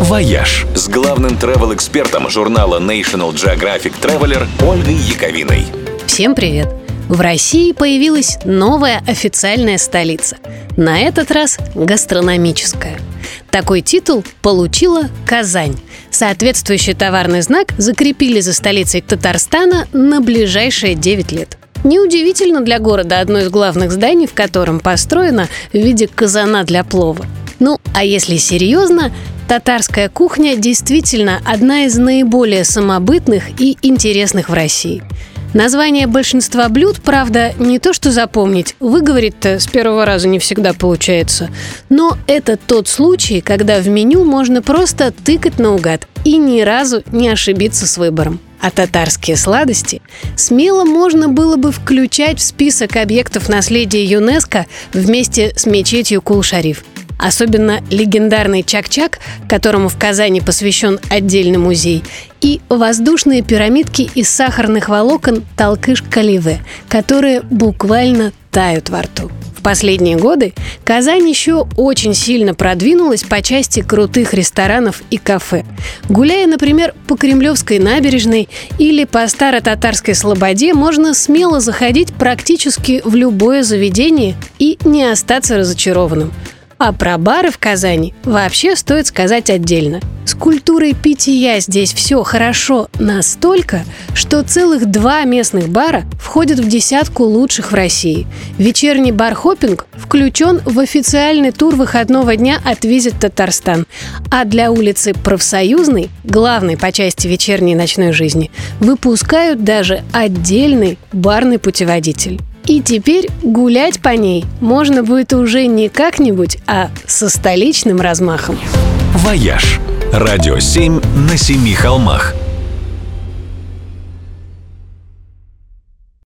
«Вояж» с главным travel-экспертом журнала National Geographic Traveler Ольгой Яковиной. Всем привет! В России появилась новая официальная столица. На этот раз гастрономическая. Такой титул получила Казань. Соответствующий товарный знак закрепили за столицей Татарстана на ближайшие 9 лет. Неудивительно для города, одно из главных зданий в котором построено в виде казана для плова. Ну, а если серьезно, татарская кухня действительно одна из наиболее самобытных и интересных в России. Название большинства блюд, правда, не то что запомнить, выговорить-то с первого раза не всегда получается. Но это тот случай, когда в меню можно просто тыкать наугад и ни разу не ошибиться с выбором. А татарские сладости смело можно было бы включать в список объектов наследия ЮНЕСКО вместе с мечетью Кул-Шариф. Особенно легендарный чак-чак, которому в Казани посвящен отдельный музей, и воздушные пирамидки из сахарных волокон Талкыш-Каливе, которые буквально тают во рту. В последние годы Казань еще очень сильно продвинулась по части крутых ресторанов и кафе. Гуляя, например, по Кремлевской набережной или по Старо-Татарской Слободе, можно смело заходить практически в любое заведение и не остаться разочарованным. А про бары в Казани вообще стоит сказать отдельно. С культурой питья здесь все хорошо настолько, что целых 2 местных бара входят в десятку лучших в России. Вечерний бар-хоппинг включен в официальный тур выходного дня от Visit Татарстан. А для улицы Профсоюзной, главной по части вечерней и ночной жизни, выпускают даже отдельный барный путеводитель. И теперь гулять по ней можно будет уже не как-нибудь, а со столичным размахом. «Вояж» – радио 7 на 7 холмах.